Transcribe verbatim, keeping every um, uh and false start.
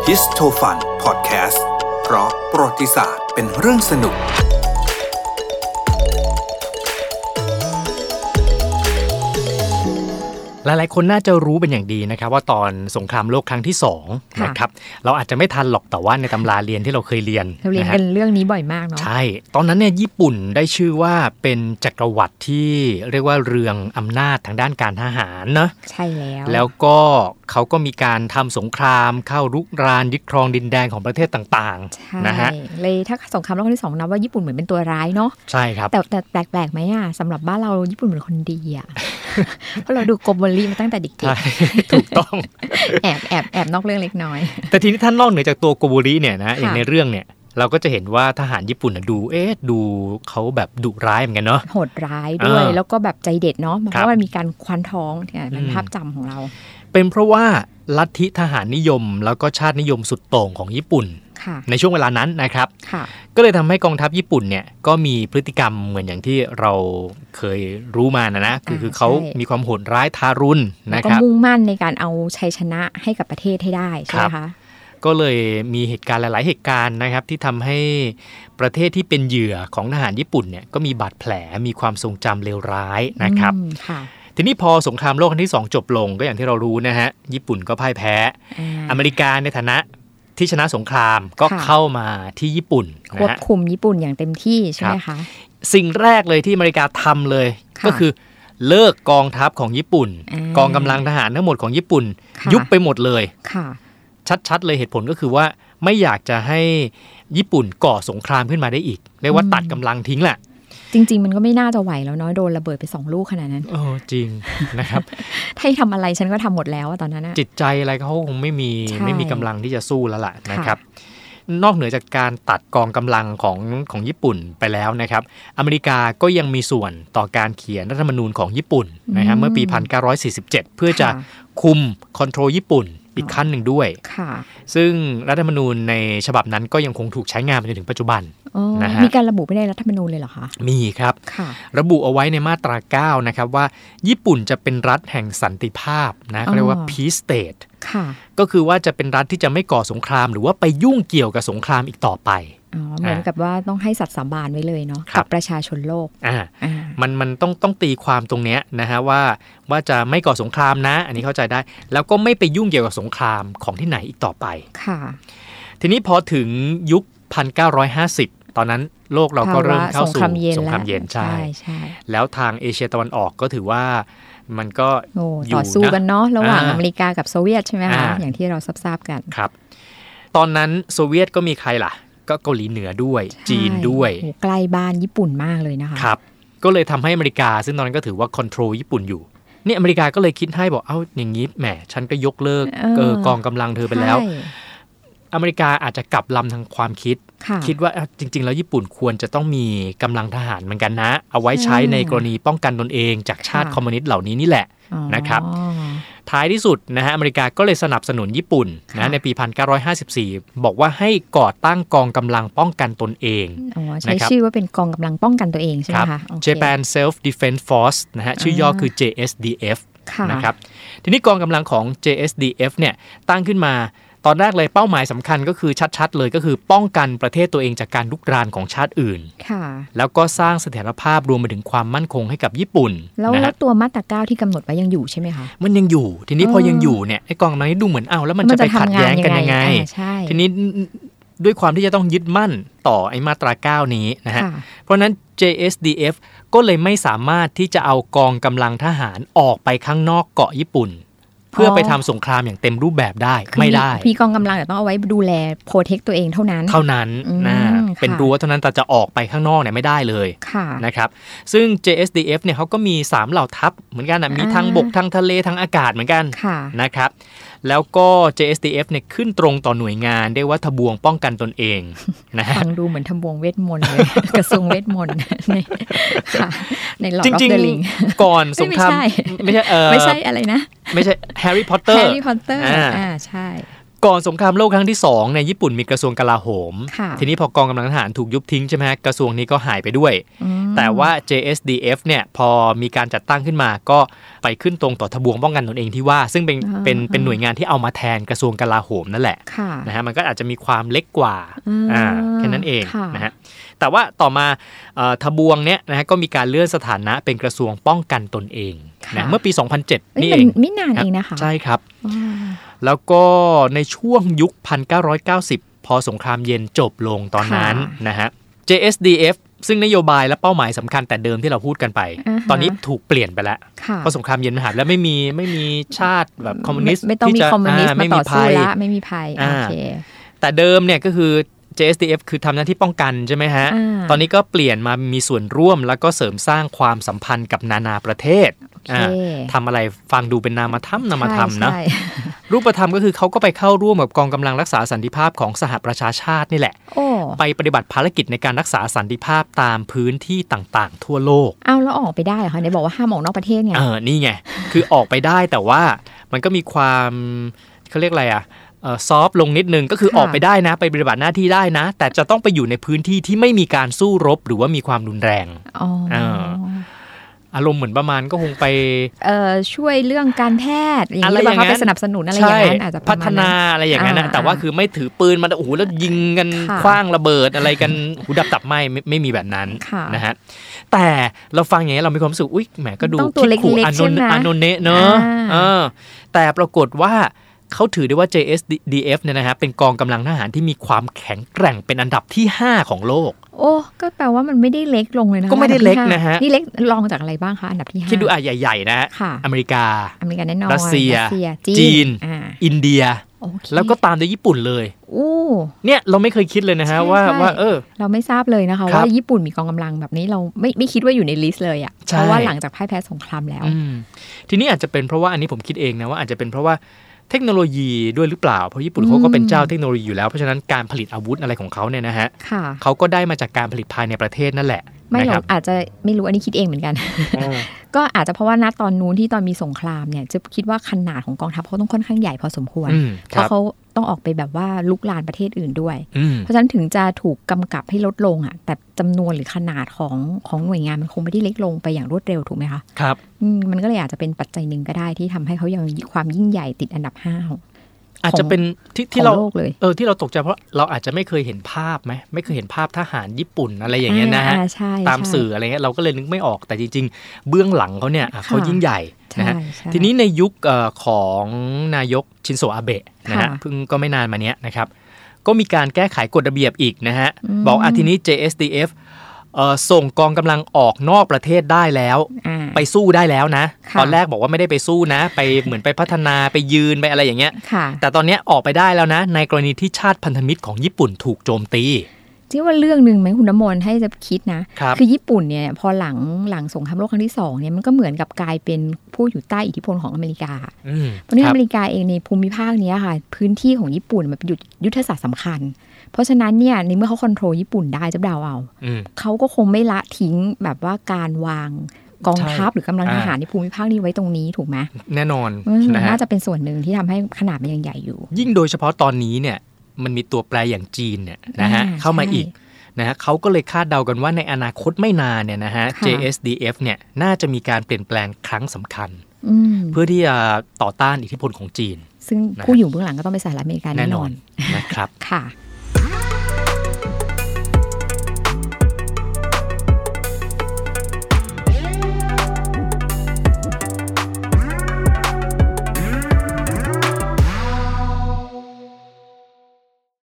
ฮิสโทฟันพอดแคสต์เพราะประวัติศาสตร์เป็นเรื่องสนุกหลายๆคนน่าจะรู้เป็นอย่างดีนะครับว่าตอนสงครามโลกครั้งที่สองนะครับเราอาจจะไม่ทันหรอกแต่ว่าในตำราเรียนที่เราเคยเรียนเราเรียนกันเรื่องนี้บ่อยมากเนาะใช่ตอนนั้นเนี่ยญี่ปุ่นได้ชื่อว่าเป็นจักรวรรดิที่เรียกว่าเรืองอำนาจทางด้านการทหารนะใช่แล้วแล้วก็เขาก็มีการทำสงครามเข้ารุกรานยึดครองดินแดนของประเทศต่างๆนะฮะเลยถ้าสงครามโลกครั้งที่สองนับว่าญี่ปุ่นเหมือนเป็นตัวร้ายเนาะใช่ครับแต่แต่แปลกๆไหมอ่ะสำหรับบ้านเราญี่ปุ่นเหมือนคนดีอ่ะ เพราะเราดูโกโบริมาตั้งแต่เด็กๆถูกต้องแอบแอบแอบนอกเรื่องเล็กน้อยแต่ทีนี้ท่านนอกเหนือจากตัวโกโบริเนี่ยนะอย่างในเรื่องเนี่ยเราก็จะเห็นว่าทหารญี่ปุ่นดูเอ๊ะดูเขาแบบดุร้ายเหมือนกันเนาะโหดร้ายด้วยแล้วก็แบบใจเด็ดเนาะเพราะว่ามีการคว้านท้องเนี่ยเป็นภาพจำของเราเป็นเพราะว่าลัทธิทหารนิยมแล้วก็ชาตินิยมสุดโต่งของญี่ปุ่นในช่วงเวลานั้นนะครับก็เลยทำให้กองทัพญี่ปุ่นเนี่ยก็มีพฤติกรรมเหมือนอย่างที่เราเคยรู้มานะนะคือคือเขามีความโหดร้ายทารุณนะครับก็มุ่งมั่นในการเอาชัยชนะให้กับประเทศให้ได้ใช่ไหมคะก็เลยมีเหตุการณ์หลายๆเหตุการณ์นะครับที่ทำให้ประเทศที่เป็นเหยื่อของทหารญี่ปุ่นเนี่ยก็มีบาดแผลมีความทรงจำเลวร้ายนะครับทีนี้พอสงครามโลกครั้งที่สองจบลงก็อย่างที่เรารู้นะฮะญี่ปุ่นก็พ่ายแพ้อเมริกาในฐานะที่ชนะสงครามก็เข้ามาที่ญี่ปุ่นควบคุมญี่ปุ่นอย่างเต็มที่ใช่ไหมคะสิ่งแรกเลยที่อเมริกาทำเลยก็คือเลิกกองทัพของญี่ปุ่นกองกำลังทหารทั้งหมดของญี่ปุ่นยุบไปหมดเลยชัดๆเลยเหตุผลก็คือว่าไม่อยากจะให้ญี่ปุ่นก่อสงครามขึ้นมาได้อีกเรียกว่าตัดกำลังทิ้งแหละจริงๆมันก็ไม่น่าจะไหวแล้วเนาะโดนระเบิดไปสองลูกขนาดนั้นโอ้จริงนะครับถ้าทำอะไรฉันก็ทำหมดแล้วตอนนั้นนะจิตใจอะไรเขาคงไม่มีไม่มีกำลังที่จะสู้แล้วล่ะนะครับนอกเหนือจากการตัดกองกำลังของของญี่ปุ่นไปแล้วนะครับอเมริกาก็ยังมีส่วนต่อการเขียนรัฐธรรมนูญของญี่ปุ่นนะครับเมื่อปีหนึ่งพันเก้าร้อยสี่สิบเจ็ดเพื่อจะคุมคอนโทรลญี่ปุ่นอีกขั้นหนึ่งด้วยซึ่งรัฐธรรมนูญในฉบับนั้นก็ยังคงถูกใช้งานมาจนถึงปัจจุบันนะฮะมีการระบุไว้ในรัฐธรรมนูญเลยเหรอคะมีครับระบุเอาไว้ในมาตราเก้านะครับว่าญี่ปุ่นจะเป็นรัฐแห่งสันติภาพนะเขาเรียกว่า peace state ก็คือว่าจะเป็นรัฐที่จะไม่ก่อสงครามหรือว่าไปยุ่งเกี่ยวกับสงครามอีกต่อไปอ๋อเหมือนกับว่าต้องให้สัตย์สาบานไว้เลยเนาะกับประชาชนโลกอ่ามันมันต้องต้องตีความตรงเนี้ยนะฮะว่าว่าจะไม่ก่อสงครามนะอันนี้เข้าใจได้แล้วก็ไม่ไปยุ่งเกี่ยวกับสงครามของที่ไหนอีกต่อไปค่ะทีนี้พอถึงยุคหนึ่งพันเก้าร้อยห้าสิบตอนนั้นโลกเราก็เริ่มเข้าสู่สงครามเย็นใช่ใช่แล้วทางเอเชียตะวันออกก็ถือว่ามันก็ต่อสู้กันเนาะระหว่างอเมริกากับโซเวียตใช่ไหมคะอย่างที่เราทราบกันครับตอนนั้นโซเวียตก็มีใครล่ะก็เกาหลีเหนือด้วยจีนด้วยใกล้บ้านญี่ปุ่นมากเลยนะคะครับก็เลยทำให้อเมริกาซึ่งตอนนั้นก็ถือว่าคอนโทรลญี่ปุ่นอยู่เนี่ยอเมริกาก็เลยคิดให้บอกเอ้าอย่างนี้แหมฉันก็ยกเลิกเออกองกำลังเธอไปแล้วอเมริกาอาจจะกลับลำทางความคิดคิดว่าจริงๆแล้วญี่ปุ่นควรจะต้องมีกำลังทหารเหมือนกันนะเอาไว้ใช้ในกรณีป้องกันตนเองจากชาติคอมมิวนิสต์เหล่านี้นี่แหละนะครับท้ายที่สุดนะฮะอเมริกาก็เลยสนับสนุนญี่ปุ่นนะในปีหนึ่งพันเก้าร้อยห้าสิบสี่บอกว่าให้ก่อตั้งกองกำลังป้องกันตนเองใช้ชื่อว่าเป็นกองกำลังป้องกันตัวเองใช่ไหมคะ Japan Self Defense Force นะฮะชื่อย่อคือ เจ เอส ดี เอฟ นะครับทีนี้กองกำลังของ เจ เอส ดี เอฟ เนี่ยตั้งขึ้นมาตอนแรกเลยเป้าหมายสำคัญก็คือชัดๆเลยก็คือป้องกันประเทศตัวเองจากการลุกรานของชาติอื่นแล้วก็สร้างเสถียรภาพรวมไปถึงความมั่นคงให้กับญี่ปุ่นแล้วตัวมาตราเก้าที่กำหนดไว้ยังอยู่ใช่ไหมคะมันยังอยู่ทีนี้พอยังอยู่เนี่ยไอ้กองกำลังนี้ดูเหมือนเอาแล้วมันจะไปขัดแย้งกันยังไงทีนี้ด้วยความที่จะต้องยึดมั่นต่อไอ้มาตราเก้านี้นะฮะเพราะนั้น เจ เอส ดี เอฟ ก็เลยไม่สามารถที่จะเอากองกำลังทหารออกไปข้างนอกเกาะญี่ปุ่นเพื่อไปทำสงครามอย่างเต็มรูปแบบได้ไม่ได้มีกองกำลังแต่ต้องเอาไว้ดูแลโปรเทคตัวเองเท่านั้นเท่านั้นนะเป็นรั้วเท่านั้นแต่จะออกไปข้างนอกเนี่ยไม่ได้เลยนะครับซึ่ง เจ เอส ดี เอฟ เนี่ยเขาก็มีสามเหล่าทัพเหมือนกันนะมีทั้งบกทั้งทะเลทั้งอากาศเหมือนกันนะครับแล้วก็ เจ เอส ดี เอฟ เนี่ยขึ้นตรงต่อหน่วยงานเรียกว่าทบวงป้องกันตนเองนะฟังดูเหมือนทบวงเวทมนต์เลยกระทรวงเวทมนต์ในค่ะในหลอดออฟเดอะริงก่อนสงครามไม่ใช่เออไม่ใช่อะไรนะไม่ใช่แฮร์รี่พอตเตอร์แฮร์รี่พอตเตอร์อ่าใช่ก่อนสงครามโลกครั้งที่สองเนี่ยญี่ปุ่นมีกระทรวงกลาโหมค่ะทีนี้พอกองกำลังทหารถูกยุบทิ้งใช่ไหมฮะกระทรวงนี้ก็หายไปด้วยแต่ว่า เจ เอส ดี เอฟ เนี่ยพอมีการจัดตั้งขึ้นมาก็ไปขึ้นตรงต่อทบวงป้องกันตนเองที่ว่าซึ่งเป็นเป็นเป็นหน่วยงานที่เอามาแทนกระทรวงกลาโหมนั่นแหละนะฮะมันก็อาจจะมีความเล็กกว่าอ่าแค่นั้นเองนะฮะแต่ว่าต่อมาทบวงเนี่ยนะฮะก็มีการเลื่อนสถานะเป็นกระทรวงป้องกันตนเองนะเมื่อปีสองพันเจ็ดนี่เองไม่นานเองนะคะใช่ครับแล้วก็ในช่วงยุคหนึ่งพันเก้าร้อยเก้าสิบพอสงครามเย็นจบลงตอนนั้นนะฮะ เจ เอส ดี เอฟ ซึ่งนโยบายและเป้าหมายสำคัญแต่เดิมที่เราพูดกันไป uh-huh. ตอนนี้ถูกเปลี่ยนไปแล้วเพราะสงครามเย็นมหาแล้วไม่มีไม่มีชาติแบบคอมมิวนิสต์ไม่ต้องมีคอมมิวนิสต์มาต่อสู้ละไม่มีภัยโอเคแต่เดิมเนี่ยก็คือ เจ เอส ดี เอฟ คือทำหน้าที่ป้องกันใช่ไหมฮะตอนนี้ก็เปลี่ยนมามีส่วนร่วมแล้วก็เสริมสร้างความสัมพันธ์กับนานาประเทศทำอะไรฟังดูเป็นนามธรรมนามธรรมนะรูปธรรมก็คือเขาก็ไปเข้าร่วมกับกองกำลังรักษาสันติภาพของสหประชาชาตินี่แหละไปปฏิบัติภารกิจในการรักษาสันติภาพตามพื้นที่ต่างๆทั่วโลกเอาแล้วออกไปได้เหรอคะไหนบอกว่าห้ามออกนอกประเทศไงเออนี่ไงคือออกไปได้แต่ว่ามันก็มีความเขาเรียกอะไรอ่ะซอฟลงนิดนึงก็คือออกไปได้นะไปปฏิบัติหน้าที่ได้นะแต่จะต้องไปอยู่ในพื้นที่ที่ไม่มีการสู้รบหรือว่ามีความรุนแรงอ๋ออารมณ์เหมือนประมาณก็คงไปเอ่อช่วยเรื่องการแพทย์อย่างนี้ป่ะคะไปสนับสนุนอะไรอย่างนั้นอาจจะพัฒนาอะไรอย่างนั้นนะแต่ว่าคือไม่ถือปืนมาโอ้โหแล้วยิงกันคว้างระเบิดอะไรกันหูดับตับไหม้ไม่ไม่มีแบบนั้นนะฮะแต่เราฟังอย่างนี้เรามีความรู้สึกอุ๊ยแหมก็ดูคิกขู่อานนท์อานนท์เนะเนอะแต่ปรากฏว่าเขาถือได้ว่า เจ เอส ดี เอฟ เนี่ยนะฮะเป็นกองกำลังทหารที่มีความแข็งแกร่งเป็นอันดับที่ห้าของโลกโอ้ก็แปลว่ามันไม่ได้เล็กลงเลยนะก็ไม่ได้เล็กนะฮะนี่เล็กรองจากอะไรบ้างคะอันดับที่ห้าคิดดูอ่ะใหญ่ๆนะอเมริกาอเมริกาแน่นอนรัสเซียจีนอินเดียแล้วก็ตามด้วยญี่ปุ่นเลยเนี่ยเราไม่เคยคิดเลยนะฮะว่าว่าเออเราไม่ทราบเลยนะคะว่าญี่ปุ่นมีกองกำลังแบบนี้เราไม่ไม่คิดว่าอยู่ในลิสต์เลยอ่ะเพราะว่าหลังจากพ่ายแพ้สงครามแล้วทีนี้อาจจะเป็นเพราะว่าอันนี้ผมคิดเองนะว่าอาจจะเป็นเพราะว่าเทคโนโลยีด้วยหรือเปล่าเพราะญี่ปุ่นเขาก็เป็นเจ้าเทคโนโลยีอยู่แล้วเพราะฉะนั้นการผลิตอาวุธอะไรของเขาเนี่ยนะฮะเขาก็ได้มาจากการผลิตภายในประเทศนั่นแหละไม่หรอกอาจจะไม่รู้อันนี้คิดเองเหมือนกันก็อาจจะเพราะว่าณตอนนู้นที่ตอนมีสงครามเนี่ยจะคิดว่าขนาดของกองทัพเขาต้องค่อนข้างใหญ่พอสมควรเพราะเขาต้องออกไปแบบว่าลุกลานประเทศอื่นด้วยเพราะฉะนั้นถึงจะถูกกำกับให้ลดลงอ่ะแต่จำนวนหรือขนาดของของหน่วยงานมันคงไม่ได้เล็กลงไปอย่างรวดเร็วถูกไหมคะครับมันก็เลยอาจจะเป็นปัจจัยหนึ่งก็ได้ที่ทำให้เขายังความยิ่งใหญ่ติดอันดับห้าอาจจะเป็นที่ที่เราเออที่เราตกใจเพราะเราอาจจะไม่เคยเห็นภาพไหมไม่เคยเห็นภาพทหารญี่ปุ่นอะไรอย่างเงี้ยนะฮะตามสื่ออะไรเงี้ยเราก็เลยนึกไม่ออกแต่จริงๆเบื้องหลังเขาเนี่ยเขายิ่งใหญ่นะฮะทีนี้ในยุคของนายกชินโซอาเบะนะฮะเพิ่งก็ไม่นานมาเนี้ยนะครับก็มีการแก้ไขกฎระเบียบอีกนะฮะบอกอ่ะทีนี้ เจ เอส ดี เอฟส่งกองกำลังออกนอกประเทศได้แล้วไปสู้ได้แล้วนะตอนแรกบอกว่าไม่ได้ไปสู้นะไปเหมือนไปพัฒนาไปยืนไปอะไรอย่างเงี้ยแต่ตอนนี้ออกไปได้แล้วนะในกรณีที่ชาติพันธมิตรของญี่ปุ่นถูกโจมตีที่ว่าเรื่องนึงไหมคุณน้ำมนต์ให้จะคิดนะ ค, คือญี่ปุ่นเนี่ยพอหลังหลังสงครามโลกครั้งที่สองเนี่ยมันก็เหมือนกับกลายเป็นผู้อยู่ใต้อิทธิพลของอเมริกาเพราะในอเมริกาเองในภูมิภาคนี้ค่ะพื้นที่ของญี่ปุ่นมันเป็นยุทธศาสตร์สำคัญเพราะฉะนั้นเนี่ยในเมื่อเขาคอนโทรลญี่ปุ่นได้จะเดาเอาเขาก็คงไม่ละทิ้งแบบว่าการวางกองทัพหรือกำลังทหารในภูมิภาคนี้ไว้ตรงนี้ถูกไหมแน่นอนน่าจะเป็นส่วนหนึ่งที่ทำให้ขนาดมันยังใหญ่อยู่ยิ่งโดยเฉพาะตอนนี้เนี่ยมันมีตัวแปรอย่างจีนเนี่ยนะฮะเข้ามาอีกนะฮะเขาก็เลยคาดเดากันว่าในอนาคตไม่นานเนี่ยนะฮะ เจ เอส ดี เอฟ เนี่ยน่าจะมีการเปลี่ยนแปลงครั้งสำคัญเพื่อที่จะต่อต้านอิทธิพลของจีนซึ่งผู้อยู่เบื้องหลังก็ต้องเป็นสหรัฐอเมริกาแน่นอนนะครับค่ะ